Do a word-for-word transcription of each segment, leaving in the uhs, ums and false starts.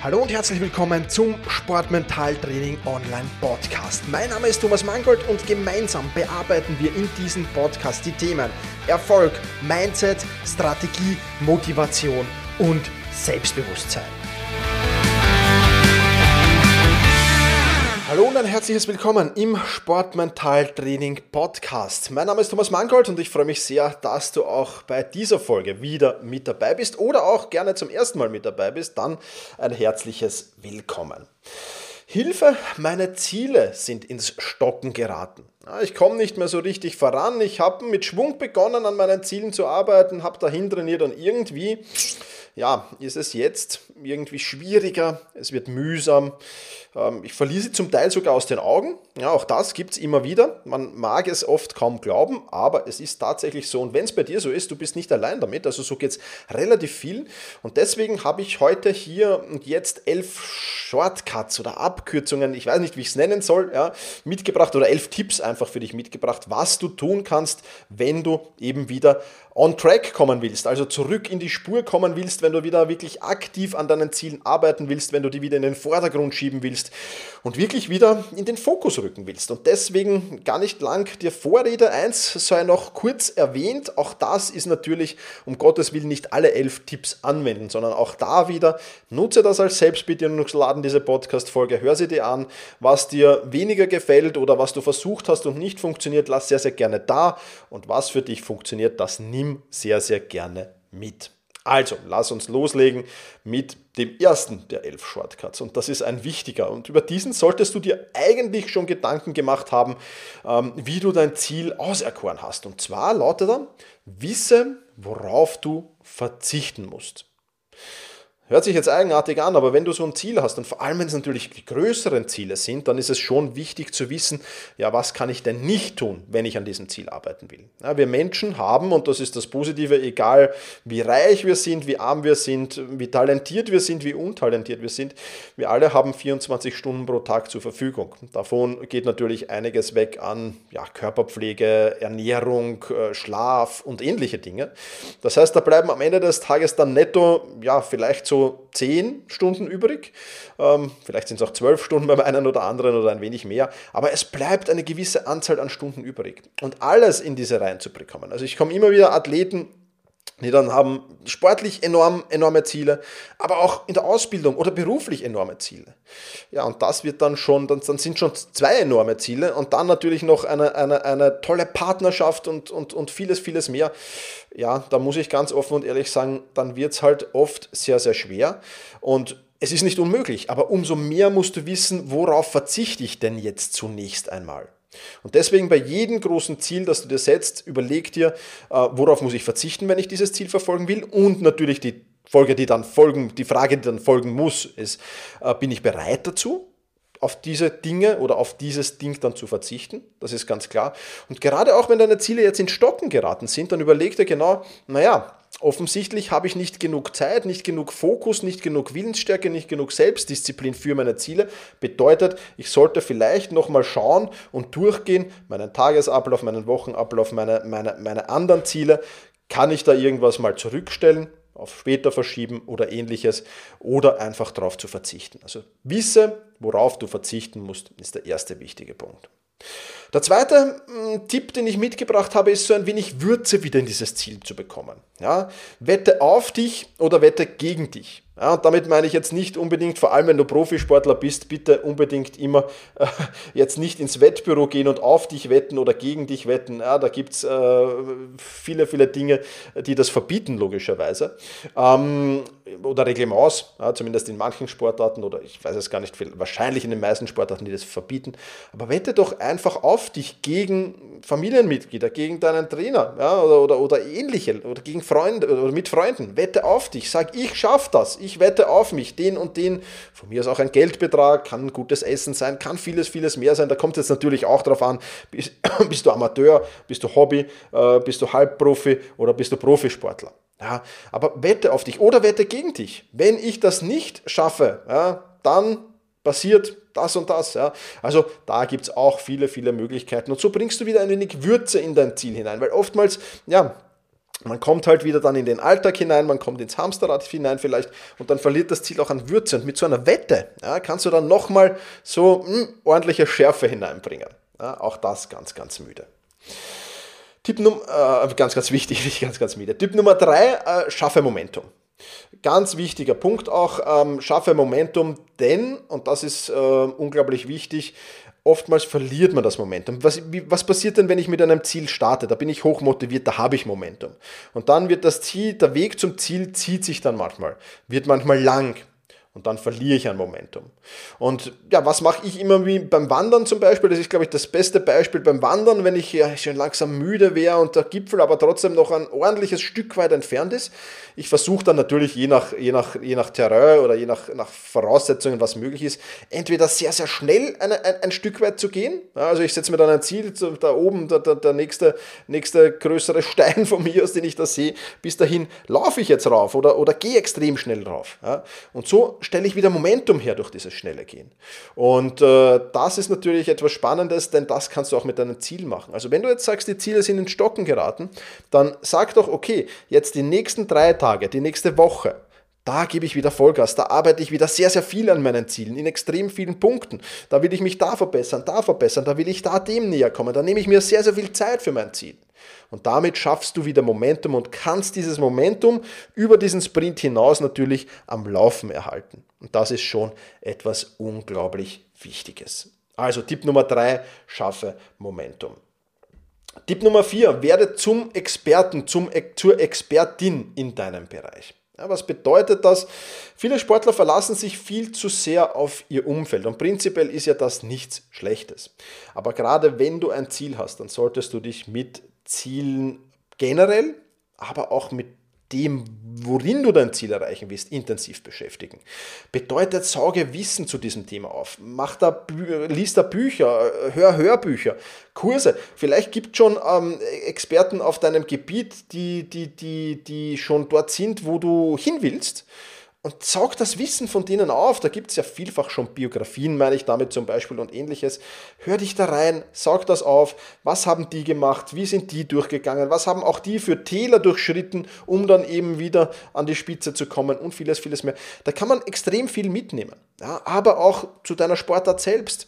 Hallo und herzlich willkommen zum Sportmentaltraining Online Podcast. Mein Name ist Thomas Mangold und gemeinsam bearbeiten wir in diesem Podcast die Themen Erfolg, Mindset, Strategie, Motivation und Selbstbewusstsein. Hallo und ein herzliches Willkommen im Sportmentaltraining Podcast. Mein Name ist Thomas Mangold und ich freue mich sehr, dass du auch bei dieser Folge wieder mit dabei bist oder auch gerne zum ersten Mal mit dabei bist. Dann ein herzliches Willkommen. Hilfe, meine Ziele sind ins Stocken geraten. Ich komme nicht mehr so richtig voran. Ich habe mit Schwung begonnen, an meinen Zielen zu arbeiten, habe dahin trainiert und irgendwie, ja, ist es jetzt irgendwie schwieriger. Es wird mühsam. Ich verliere sie zum Teil sogar aus den Augen. Ja, auch das gibt es immer wieder. Man mag es oft kaum glauben, aber es ist tatsächlich so. Und wenn es bei dir so ist, du bist nicht allein damit. Also so geht es relativ viel. Und deswegen habe ich heute hier und jetzt elf Shortcuts oder Abkürzungen, ich weiß nicht, wie ich es nennen soll, ja, mitgebracht oder elf Tipps einfach für dich mitgebracht, was du tun kannst, wenn du eben wieder on track kommen willst, also zurück in die Spur kommen willst, wenn du wieder wirklich aktiv an deinen Zielen arbeiten willst, wenn du die wieder in den Vordergrund schieben willst und wirklich wieder in den Fokus rücken willst. Und deswegen gar nicht lang dir Vorrede, eins sei noch kurz erwähnt, auch das ist natürlich um Gottes Willen nicht alle elf Tipps anwenden, sondern auch da wieder nutze das als Selbstbedienungsladen, diese Podcast-Folge, hör sie dir an, was dir weniger gefällt oder was du versucht hast und nicht funktioniert, lass sehr, sehr gerne da und was für dich funktioniert, das nimm sehr, sehr gerne mit. Also, lass uns loslegen mit dem ersten der elf Shortcuts und das ist ein wichtiger und über diesen solltest du dir eigentlich schon Gedanken gemacht haben, wie du dein Ziel auserkoren hast. Und zwar lautet er, wisse, worauf du verzichten musst. Hört sich jetzt eigenartig an, aber wenn du so ein Ziel hast und vor allem wenn es natürlich die größeren Ziele sind, dann ist es schon wichtig zu wissen, ja, was kann ich denn nicht tun, wenn ich an diesem Ziel arbeiten will. Ja, wir Menschen haben, und das ist das Positive, egal wie reich wir sind, wie arm wir sind, wie talentiert wir sind, wie untalentiert wir sind, wir alle haben vierundzwanzig Stunden pro Tag zur Verfügung. Davon geht natürlich einiges weg an ja, Körperpflege, Ernährung, Schlaf und ähnliche Dinge. Das heißt, da bleiben am Ende des Tages dann netto, ja, vielleicht so zehn Stunden übrig, ähm, vielleicht sind es auch zwölf Stunden beim einen oder anderen oder ein wenig mehr, aber es bleibt eine gewisse Anzahl an Stunden übrig und alles in diese Reihen zu bekommen. Also ich komme immer wieder Athleten, die dann haben sportlich enorm, enorme Ziele, aber auch in der Ausbildung oder beruflich enorme Ziele. Ja, und das wird dann schon, dann, dann sind schon zwei enorme Ziele und dann natürlich noch eine, eine, eine tolle Partnerschaft und, und, und vieles, vieles mehr. Ja, da muss ich ganz offen und ehrlich sagen, dann wird es halt oft sehr, sehr schwer und es ist nicht unmöglich, aber umso mehr musst du wissen, worauf verzichte ich denn jetzt zunächst einmal. Und deswegen bei jedem großen Ziel, das du dir setzt, überleg dir, worauf muss ich verzichten, wenn ich dieses Ziel verfolgen will und natürlich die Folge, die dann folgen, die Frage, die dann folgen muss, ist, bin ich bereit dazu, auf diese Dinge oder auf dieses Ding dann zu verzichten? Das ist ganz klar. Und gerade auch, wenn deine Ziele jetzt in Stocken geraten sind, dann überleg dir genau, naja, offensichtlich habe ich nicht genug Zeit, nicht genug Fokus, nicht genug Willensstärke, nicht genug Selbstdisziplin für meine Ziele. Bedeutet, ich sollte vielleicht nochmal schauen und durchgehen, meinen Tagesablauf, meinen Wochenablauf, meine, meine, meine anderen Ziele. Kann ich da irgendwas mal zurückstellen, auf später verschieben oder ähnliches oder einfach darauf zu verzichten. Also wisse, worauf du verzichten musst, ist der erste wichtige Punkt. Der zweite mh, Tipp, den ich mitgebracht habe, ist so ein wenig Würze wieder in dieses Ziel zu bekommen. Ja, wette auf dich oder wette gegen dich. Ja, und damit meine ich jetzt nicht unbedingt, vor allem wenn du Profisportler bist, bitte unbedingt immer äh, jetzt nicht ins Wettbüro gehen und auf dich wetten oder gegen dich wetten. Ja, da gibt es äh, viele, viele Dinge, die das verbieten, logischerweise. Ähm, oder Reglements, ja, zumindest in manchen Sportarten oder ich weiß es gar nicht, wahrscheinlich in den meisten Sportarten, die das verbieten. Aber wette doch einfach auf dich gegen Familienmitglieder, gegen deinen Trainer, ja, oder, oder, oder ähnliche oder gegen Freunde oder mit Freunden. Wette auf dich, sag, ich schaffe das. Ich wette auf mich, den und den, von mir aus auch ein Geldbetrag, kann gutes Essen sein, kann vieles, vieles mehr sein. Da kommt es jetzt natürlich auch darauf an, bist, bist du Amateur, bist du Hobby, äh, bist du Halbprofi oder bist du Profisportler. Ja, aber wette auf dich oder wette gegen dich. Wenn ich das nicht schaffe, ja, dann passiert das und das. Ja. Also da gibt es auch viele, viele Möglichkeiten. Und so bringst du wieder ein wenig Würze in dein Ziel hinein, weil oftmals, ja, Man kommt halt wieder dann in den Alltag hinein, man kommt ins Hamsterrad hinein vielleicht und dann verliert das Ziel auch an Würze. Und mit so einer Wette ja, kannst du dann nochmal so mh, ordentliche Schärfe hineinbringen. Ja, auch das ganz, ganz müde. Tipp Nummer, äh, ganz, ganz wichtig, nicht ganz, ganz müde. Tipp Nummer drei, äh, schaffe Momentum. Ganz wichtiger Punkt auch, ähm, schaffe Momentum, denn, und das ist äh, unglaublich wichtig, oftmals verliert man das Momentum. Was, wie, was passiert denn, wenn ich mit einem Ziel starte? Da bin ich hoch motiviert, da habe ich Momentum. Und dann wird das Ziel, der Weg zum Ziel zieht sich dann manchmal, wird manchmal lang. Und dann verliere ich ein Momentum. Und ja, was mache ich immer wie beim Wandern zum Beispiel? Das ist, glaube ich, das beste Beispiel beim Wandern, wenn ich ja schon langsam müde wäre und der Gipfel aber trotzdem noch ein ordentliches Stück weit entfernt ist. Ich versuche dann natürlich je nach, je nach, je nach Terrain oder je nach, nach Voraussetzungen, was möglich ist, entweder sehr, sehr schnell eine, ein, ein Stück weit zu gehen. Ja, also ich setze mir dann ein Ziel, da oben der, der, der nächste, nächste größere Stein von mir aus, den ich da sehe. Bis dahin laufe ich jetzt rauf oder, oder gehe extrem schnell rauf. Ja. Und so stelle ich wieder Momentum her durch dieses schnelle Gehen. Und äh, das ist natürlich etwas Spannendes, denn das kannst du auch mit deinem Ziel machen. Also wenn du jetzt sagst, die Ziele sind ins Stocken geraten, dann sag doch, okay, jetzt die nächsten drei Tage, die nächste Woche, da gebe ich wieder Vollgas, da arbeite ich wieder sehr, sehr viel an meinen Zielen, in extrem vielen Punkten. Da will ich mich da verbessern, da verbessern, da will ich da dem näher kommen, da nehme ich mir sehr, sehr viel Zeit für mein Ziel. Und damit schaffst du wieder Momentum und kannst dieses Momentum über diesen Sprint hinaus natürlich am Laufen erhalten. Und das ist schon etwas unglaublich Wichtiges. Also Tipp Nummer drei, schaffe Momentum. Tipp Nummer vier, werde zum Experten, zum, zur Expertin in deinem Bereich. Ja, was bedeutet das? Viele Sportler verlassen sich viel zu sehr auf ihr Umfeld und prinzipiell ist ja das nichts Schlechtes. Aber gerade wenn du ein Ziel hast, dann solltest du dich mit Zielen generell, aber auch mit dem, worin du dein Ziel erreichen willst, intensiv beschäftigen. Bedeutet, sauge Wissen zu diesem Thema auf. Mach da, lies da Bücher, hör Hörbücher, Kurse. Vielleicht gibt es schon ähm, Experten auf deinem Gebiet, die, die, die, die schon dort sind, wo du hin willst. Und saug das Wissen von denen auf, da gibt es ja vielfach schon Biografien, meine ich damit zum Beispiel und ähnliches. Hör dich da rein, saug das auf, was haben die gemacht, wie sind die durchgegangen, was haben auch die für Täler durchschritten, um dann eben wieder an die Spitze zu kommen und vieles, vieles mehr. Da kann man extrem viel mitnehmen, ja, aber auch zu deiner Sportart selbst.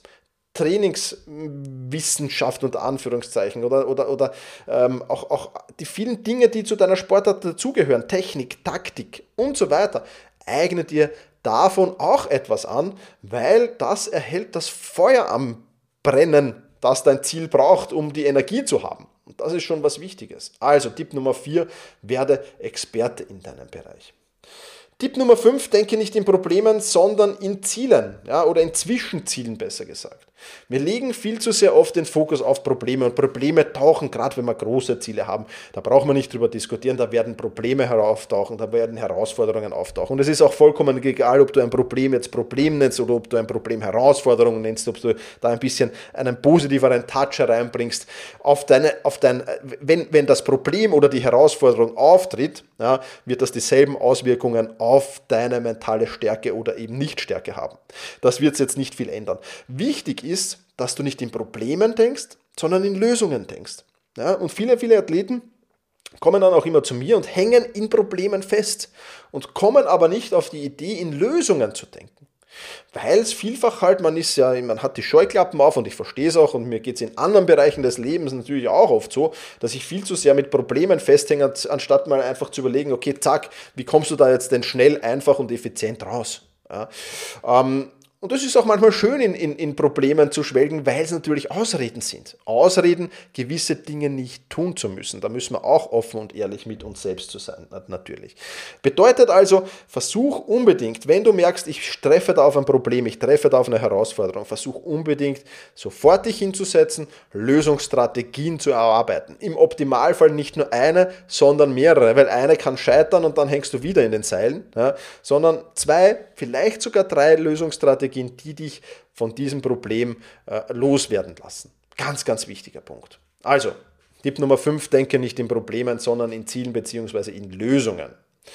Trainingswissenschaft unter Anführungszeichen oder, oder, oder ähm, auch, auch die vielen Dinge, die zu deiner Sportart dazugehören, Technik, Taktik und so weiter. Eigne dir davon auch etwas an, weil das erhält das Feuer am Brennen, das dein Ziel braucht, um die Energie zu haben. Und das ist schon was Wichtiges. Also Tipp Nummer vier, werde Experte in deinem Bereich. Tipp Nummer fünf, denke nicht in Problemen, sondern in Zielen, ja, oder in Zwischenzielen besser gesagt. Wir legen viel zu sehr oft den Fokus auf Probleme und Probleme tauchen, gerade wenn wir große Ziele haben, da braucht man nicht drüber diskutieren, da werden Probleme auftauchen, da werden Herausforderungen auftauchen. Und es ist auch vollkommen egal, ob du ein Problem jetzt Problem nennst oder ob du ein Problem Herausforderung nennst, ob du da ein bisschen einen positiveren Touch hereinbringst. Auf deine, auf dein, wenn, wenn das Problem oder die Herausforderung auftritt, ja, wird das dieselben Auswirkungen auf deine mentale Stärke oder eben Nichtstärke haben. Das wird es jetzt nicht viel ändern. Wichtig ist, ist, dass du nicht in Problemen denkst, sondern in Lösungen denkst. Ja, und viele, viele Athleten kommen dann auch immer zu mir und hängen in Problemen fest und kommen aber nicht auf die Idee, in Lösungen zu denken. Weil es vielfach halt, man ist ja, man hat die Scheuklappen auf und ich verstehe es auch und mir geht es in anderen Bereichen des Lebens natürlich auch oft so, dass ich viel zu sehr mit Problemen festhänge, anstatt mal einfach zu überlegen, okay, zack, wie kommst du da jetzt denn schnell, einfach und effizient raus? Ja, ähm, Und das ist auch manchmal schön, in, in, in Problemen zu schwelgen, weil es natürlich Ausreden sind. Ausreden, gewisse Dinge nicht tun zu müssen. Da müssen wir auch offen und ehrlich mit uns selbst zu sein, natürlich. Bedeutet also, versuch unbedingt, wenn du merkst, ich treffe da auf ein Problem, ich treffe da auf eine Herausforderung, versuch unbedingt, sofort dich hinzusetzen, Lösungsstrategien zu erarbeiten. Im Optimalfall nicht nur eine, sondern mehrere, weil eine kann scheitern und dann hängst du wieder in den Seilen, ja, sondern zwei, vielleicht sogar drei Lösungsstrategien, die dich von diesem Problem äh, loswerden lassen. Ganz, ganz wichtiger Punkt. Also, Tipp Nummer fünf, denke nicht in Problemen, sondern in Zielen bzw. in Lösungen.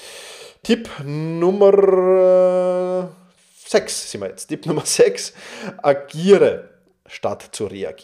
Tipp Nummer sechs sind wir jetzt. Tipp Nummer sechs, agiere statt zu reagieren.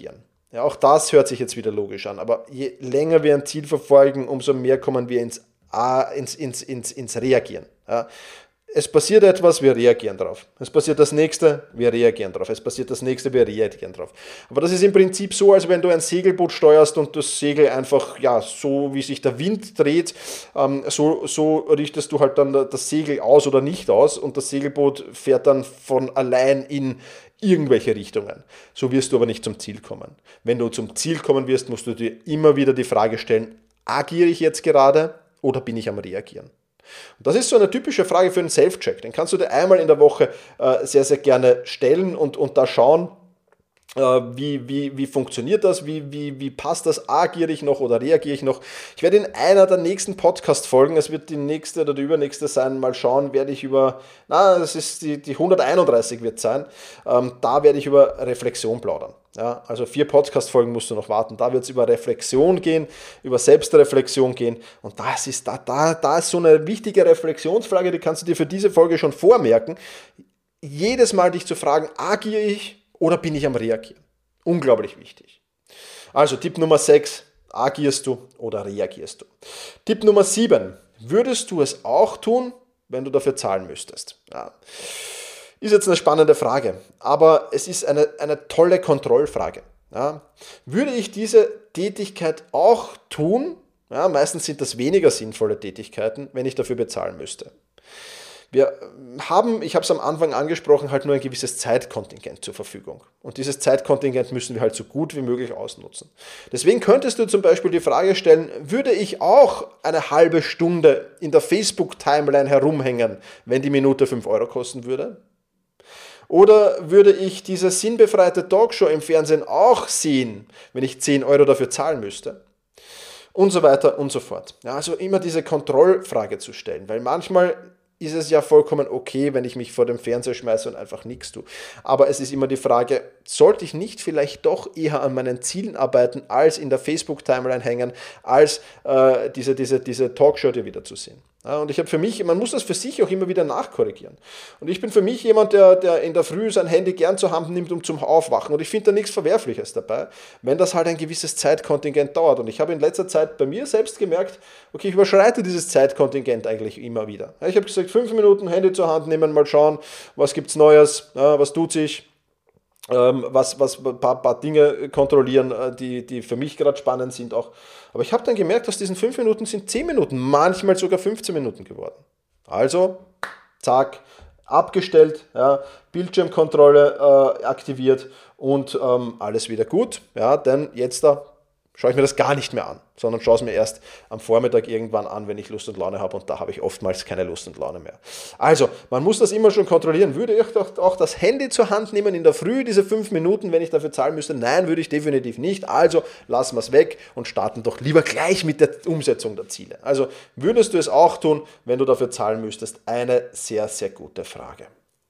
Ja, auch das hört sich jetzt wieder logisch an, aber je länger wir ein Ziel verfolgen, umso mehr kommen wir ins, ins, ins, ins, ins Reagieren. Ja. Es passiert etwas, wir reagieren drauf. Es passiert das nächste, wir reagieren drauf. Es passiert das nächste, wir reagieren drauf. Aber das ist im Prinzip so, als wenn du ein Segelboot steuerst und das Segel einfach, ja, so wie sich der Wind dreht, ähm, so, so richtest du halt dann das Segel aus oder nicht aus und das Segelboot fährt dann von allein in irgendwelche Richtungen. So wirst du aber nicht zum Ziel kommen. Wenn du zum Ziel kommen wirst, musst du dir immer wieder die Frage stellen, agiere ich jetzt gerade oder bin ich am Reagieren? Und das ist so eine typische Frage für einen Self-Check. Den kannst du dir einmal in der Woche äh, sehr, sehr gerne stellen und, und da schauen, äh, wie, wie, wie funktioniert das, wie, wie, wie passt das, agiere ich noch oder reagiere ich noch. Ich werde in einer der nächsten Podcast-Folgen, es wird die nächste oder die übernächste sein, mal schauen, werde ich über, na, das ist die, die hunderteinunddreißig wird sein, ähm, da werde ich über Reflexion plaudern. Ja, also vier Podcast-Folgen musst du noch warten. Da wird es über Reflexion gehen, über Selbstreflexion gehen. Und das ist, da, da, da ist so eine wichtige Reflexionsfrage, die kannst du dir für diese Folge schon vormerken. Jedes Mal dich zu fragen, agiere ich oder bin ich am Reagieren? Unglaublich wichtig. Also Tipp Nummer sechs, agierst du oder reagierst du? Tipp Nummer sieben, würdest du es auch tun, wenn du dafür zahlen müsstest? Ja. Ist jetzt eine spannende Frage, aber es ist eine, eine tolle Kontrollfrage. Ja. Würde ich diese Tätigkeit auch tun? Ja, meistens sind das weniger sinnvolle Tätigkeiten, wenn ich dafür bezahlen müsste. Wir haben, ich habe es am Anfang angesprochen, halt nur ein gewisses Zeitkontingent zur Verfügung. Und dieses Zeitkontingent müssen wir halt so gut wie möglich ausnutzen. Deswegen könntest du zum Beispiel die Frage stellen, würde ich auch eine halbe Stunde in der Facebook-Timeline herumhängen, wenn die Minute fünf Euro kosten würde? Oder würde ich diese sinnbefreite Talkshow im Fernsehen auch sehen, wenn ich zehn Euro dafür zahlen müsste? Und so weiter und so fort. Ja, also immer diese Kontrollfrage zu stellen, weil manchmal ist es ja vollkommen okay, wenn ich mich vor dem Fernseher schmeiße und einfach nichts tue. Aber es ist immer die Frage, sollte ich nicht vielleicht doch eher an meinen Zielen arbeiten, als in der Facebook-Timeline hängen, als äh, diese, diese, diese Talkshow dir wieder zu sehen. Ja, und ich habe für mich, man muss das für sich auch immer wieder nachkorrigieren. Und ich bin für mich jemand, der, der in der Früh sein Handy gern zur Hand nimmt, um zum Aufwachen. Und ich finde da nichts Verwerfliches dabei, wenn das halt ein gewisses Zeitkontingent dauert. Und ich habe in letzter Zeit bei mir selbst gemerkt, okay, ich überschreite dieses Zeitkontingent eigentlich immer wieder. Ich habe gesagt, fünf Minuten Handy zur Hand nehmen, mal schauen, was gibt es Neues, was tut sich. Was, was ein paar, paar Dinge kontrollieren, die, die für mich gerade spannend sind auch. Aber ich habe dann gemerkt, aus diesen fünf Minuten sind zehn Minuten, manchmal sogar fünfzehn Minuten geworden. Also, zack, abgestellt, ja, Bildschirmkontrolle äh, aktiviert und ähm, alles wieder gut. Ja, denn jetzt da schaue ich mir das gar nicht mehr an, sondern schaue es mir erst am Vormittag irgendwann an, wenn ich Lust und Laune habe, und da habe ich oftmals keine Lust und Laune mehr. Also, man muss das immer schon kontrollieren. Würde ich doch auch das Handy zur Hand nehmen in der Früh, diese fünf Minuten, wenn ich dafür zahlen müsste? Nein, würde ich definitiv nicht. Also, lassen wir es weg und starten doch lieber gleich mit der Umsetzung der Ziele. Also, würdest du es auch tun, wenn du dafür zahlen müsstest? Eine sehr, sehr gute Frage.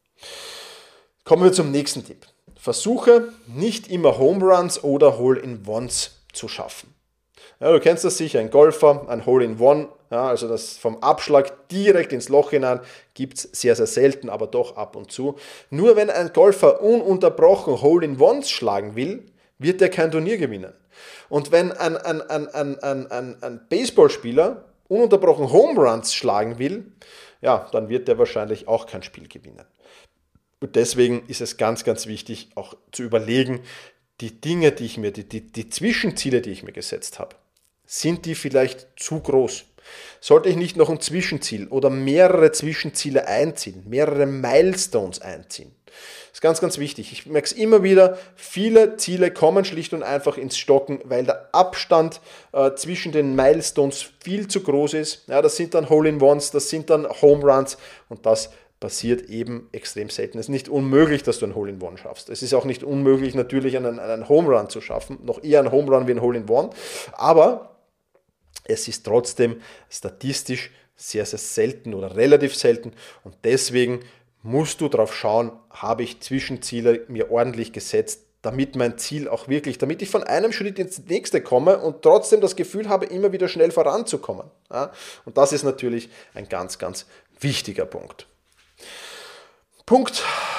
Kommen wir zum nächsten Tipp. Versuche nicht immer Home Runs oder Hole-in-Ones zu schaffen. Ja, du kennst das sicher, ein Golfer, ein Hole-in-One, ja, also das vom Abschlag direkt ins Loch hinein, gibt es sehr, sehr selten, aber doch ab und zu. Nur wenn ein Golfer ununterbrochen Hole-in-Ones schlagen will, wird er kein Turnier gewinnen. Und wenn ein, ein, ein, ein, ein, ein, ein Baseballspieler ununterbrochen Home Runs schlagen will, ja, dann wird der wahrscheinlich auch kein Spiel gewinnen. Und deswegen ist es ganz, ganz wichtig, auch zu überlegen, die Dinge, die ich mir, die, die, die Zwischenziele, die ich mir gesetzt habe, sind die vielleicht zu groß? Sollte ich nicht noch ein Zwischenziel oder mehrere Zwischenziele einziehen, mehrere Milestones einziehen? Das ist ganz, ganz wichtig. Ich merke es immer wieder, viele Ziele kommen schlicht und einfach ins Stocken, weil der Abstand äh, zwischen den Milestones viel zu groß ist. Ja, das sind dann Hole-in-Ones, das sind dann Home Runs und das passiert eben extrem selten. Es ist nicht unmöglich, dass du ein Hole-in-One schaffst. Es ist auch nicht unmöglich, natürlich einen, einen Home Run zu schaffen. Noch eher ein Home Run wie ein Hole-in-One. Aber es ist trotzdem statistisch sehr, sehr selten oder relativ selten. Und deswegen musst du darauf schauen, habe ich Zwischenziele mir ordentlich gesetzt, damit mein Ziel auch wirklich, damit ich von einem Schritt ins nächste komme und trotzdem das Gefühl habe, immer wieder schnell voranzukommen. Ja? Und das ist natürlich ein ganz, ganz wichtiger Punkt. Punkt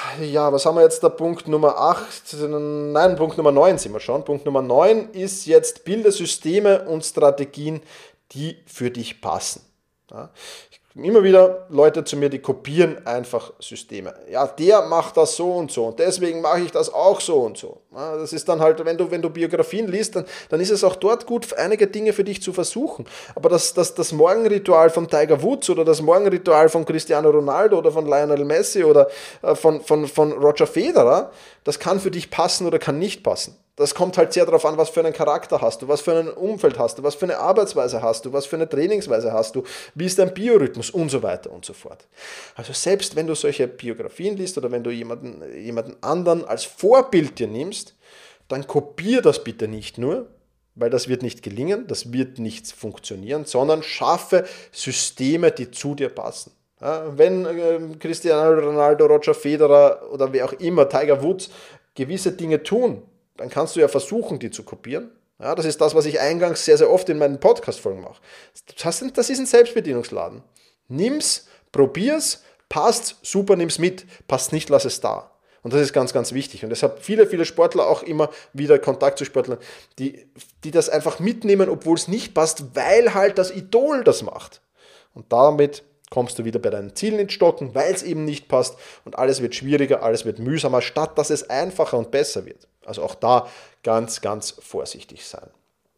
ja, was haben wir jetzt da? Punkt Nummer acht? Nein, Punkt Nummer neun sind wir schon. Punkt Nummer neun ist jetzt, bilde Systeme und Strategien, die für dich passen. Ja, immer wieder Leute zu mir, die kopieren einfach Systeme. Ja, der macht das so und so und deswegen mache ich das auch so und so. Ja, das ist dann halt, wenn du, wenn du Biografien liest, dann, dann ist es auch dort gut, einige Dinge für dich zu versuchen. Aber das, das, das Morgenritual von Tiger Woods oder das Morgenritual von Cristiano Ronaldo oder von Lionel Messi oder äh, von, von, von Roger Federer, das kann für dich passen oder kann nicht passen. Das kommt halt sehr darauf an, was für einen Charakter hast du, was für ein Umfeld hast du, was für eine Arbeitsweise hast du, was für eine Trainingsweise hast du, wie ist dein Biorhythmus und so weiter und so fort. Also selbst wenn du solche Biografien liest oder wenn du jemanden, jemanden anderen als Vorbild dir nimmst, dann kopier das bitte nicht nur, weil das wird nicht gelingen, das wird nicht funktionieren, sondern schaffe Systeme, die zu dir passen. Ja, wenn äh, Cristiano Ronaldo, Roger Federer oder wer auch immer, Tiger Woods, gewisse Dinge tun, dann kannst du ja versuchen, die zu kopieren. Ja, das ist das, was ich eingangs sehr, sehr oft in meinen Podcast-Folgen mache. Das ist ein Selbstbedienungsladen. Nimm's, probier's, passt, super, nimm's mit. Passt nicht, lass es da. Und das ist ganz, ganz wichtig. Und deshalb viele, viele Sportler auch immer wieder Kontakt zu Sportlern, die, die das einfach mitnehmen, obwohl es nicht passt, weil halt das Idol das macht. Und damit kommst du wieder bei deinen Zielen ins Stocken, weil es eben nicht passt und alles wird schwieriger, alles wird mühsamer, statt dass es einfacher und besser wird. Also auch da ganz, ganz vorsichtig sein.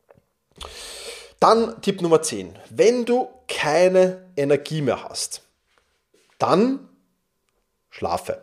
Dann Tipp Nummer zehn. Wenn du keine Energie mehr hast, dann schlafe.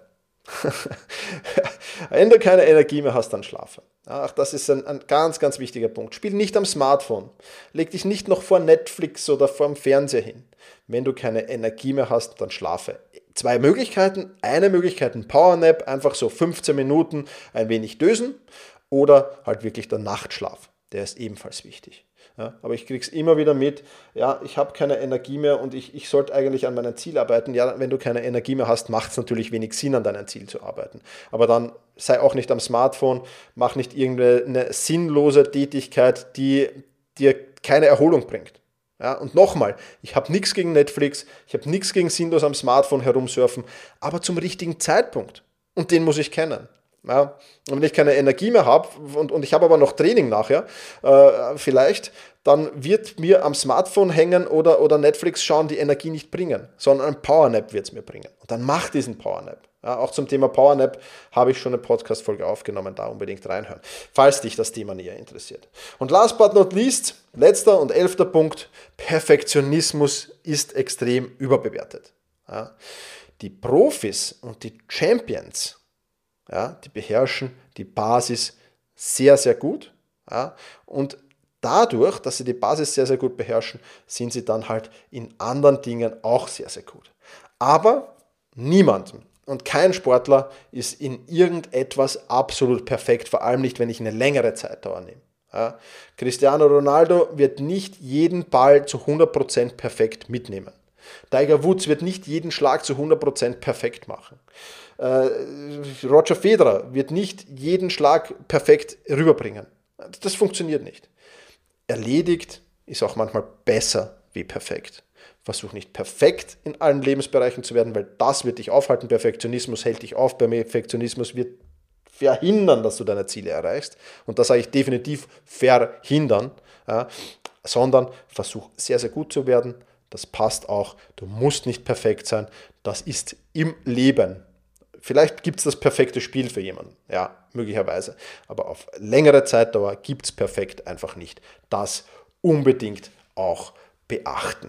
Wenn du keine Energie mehr hast, dann schlafe. Ach, das ist ein, ein ganz, ganz wichtiger Punkt. Spiel nicht am Smartphone. Leg dich nicht noch vor Netflix oder vor dem Fernseher hin. Wenn du keine Energie mehr hast, dann schlafe. Zwei Möglichkeiten. Eine Möglichkeit, ein Powernap, einfach so fünfzehn Minuten ein wenig dösen oder halt wirklich der Nachtschlaf. Der ist ebenfalls wichtig. Ja, aber ich kriege es immer wieder mit, ja, ich habe keine Energie mehr und ich, ich sollte eigentlich an meinem Ziel arbeiten. Ja, wenn du keine Energie mehr hast, macht es natürlich wenig Sinn, an deinem Ziel zu arbeiten. Aber dann sei auch nicht am Smartphone, mach nicht irgendeine sinnlose Tätigkeit, die dir keine Erholung bringt. Ja, und nochmal, ich habe nichts gegen Netflix, ich habe nichts gegen sinnlos am Smartphone herumsurfen, aber zum richtigen Zeitpunkt. Und den muss ich kennen. Ja, und wenn ich keine Energie mehr habe und, und ich habe aber noch Training nachher, äh, vielleicht, dann wird mir am Smartphone hängen oder, oder Netflix schauen die Energie nicht bringen, sondern ein Powernap wird es mir bringen. Und dann mach diesen Powernap. Ja, auch zum Thema Powernap habe ich schon eine Podcast-Folge aufgenommen, da unbedingt reinhören, falls dich das Thema näher interessiert. Und last but not least, letzter und elfter Punkt, Perfektionismus ist extrem überbewertet. Ja, die Profis und die Champions, ja, die beherrschen die Basis sehr, sehr gut. Ja, und dadurch, dass sie die Basis sehr, sehr gut beherrschen, sind sie dann halt in anderen Dingen auch sehr, sehr gut. Aber niemand und kein Sportler ist in irgendetwas absolut perfekt, vor allem nicht, wenn ich eine längere Zeitdauer nehme. Ja, Cristiano Ronaldo wird nicht jeden Ball zu hundert Prozent perfekt mitnehmen. Tiger Woods wird nicht jeden Schlag zu hundert Prozent perfekt machen. Äh, Roger Federer wird nicht jeden Schlag perfekt rüberbringen. Das funktioniert nicht. Erledigt ist auch manchmal besser wie perfekt. Versuch nicht perfekt in allen Lebensbereichen zu werden, weil das wird dich aufhalten. Perfektionismus hält dich auf. Perfektionismus wird verhindern, dass du deine Ziele erreichst. Und das sage ich definitiv verhindern. Ja, sondern versuch sehr, sehr gut zu werden. Das passt auch. Du musst nicht perfekt sein. Das ist im Leben. Vielleicht gibt es das perfekte Spiel für jemanden. Ja, möglicherweise. Aber auf längere Zeitdauer gibt es perfekt einfach nicht. Das unbedingt auch beachten.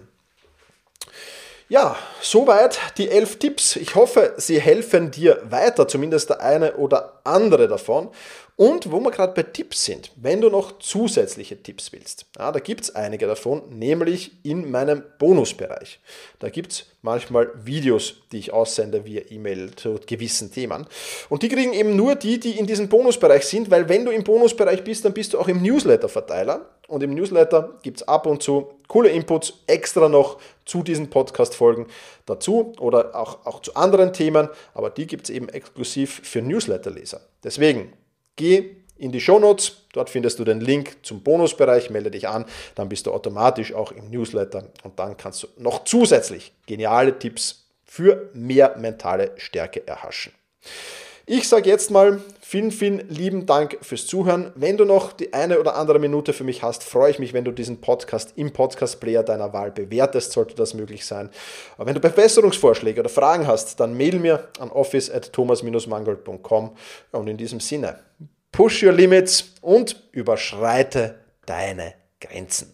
Ja, soweit die elf Tipps. Ich hoffe, sie helfen dir weiter, zumindest der eine oder andere davon. Und wo wir gerade bei Tipps sind, wenn du noch zusätzliche Tipps willst, ja, da gibt es einige davon, nämlich in meinem Bonusbereich. Da gibt es manchmal Videos, die ich aussende via E-Mail zu gewissen Themen. Und die kriegen eben nur die, die in diesem Bonusbereich sind, weil wenn du im Bonusbereich bist, dann bist du auch im Newsletter-Verteiler. Und im Newsletter gibt es ab und zu coole Inputs extra noch zu diesen Podcast-Folgen dazu oder auch, auch zu anderen Themen, aber die gibt es eben exklusiv für Newsletter-Leser. Deswegen geh in die Shownotes, dort findest du den Link zum Bonusbereich, melde dich an, dann bist du automatisch auch im Newsletter und dann kannst du noch zusätzlich geniale Tipps für mehr mentale Stärke erhaschen. Ich sage jetzt mal vielen, vielen lieben Dank fürs Zuhören. Wenn du noch die eine oder andere Minute für mich hast, freue ich mich, wenn du diesen Podcast im Podcast-Player deiner Wahl bewertest, sollte das möglich sein. Aber wenn du Verbesserungsvorschläge oder Fragen hast, dann mail mir an office at thomas dash mangold punkt com. Und in diesem Sinne, push your limits und überschreite deine Grenzen.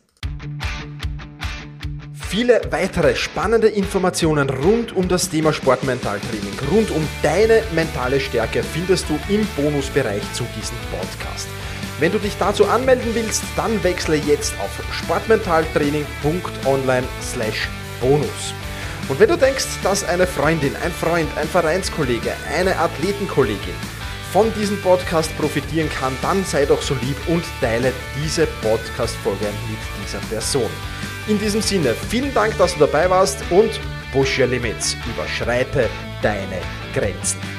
Viele weitere spannende Informationen rund um das Thema Sportmentaltraining, rund um deine mentale Stärke findest du im Bonusbereich zu diesem Podcast. Wenn du dich dazu anmelden willst, dann wechsle jetzt auf sportmentaltraining punkt online slash bonus. Und wenn du denkst, dass eine Freundin, ein Freund, ein Vereinskollege, eine Athletenkollegin von diesem Podcast profitieren kann, dann sei doch so lieb und teile diese Podcast-Folge mit dieser Person. In diesem Sinne, vielen Dank, dass du dabei warst und push your limits, überschreite deine Grenzen.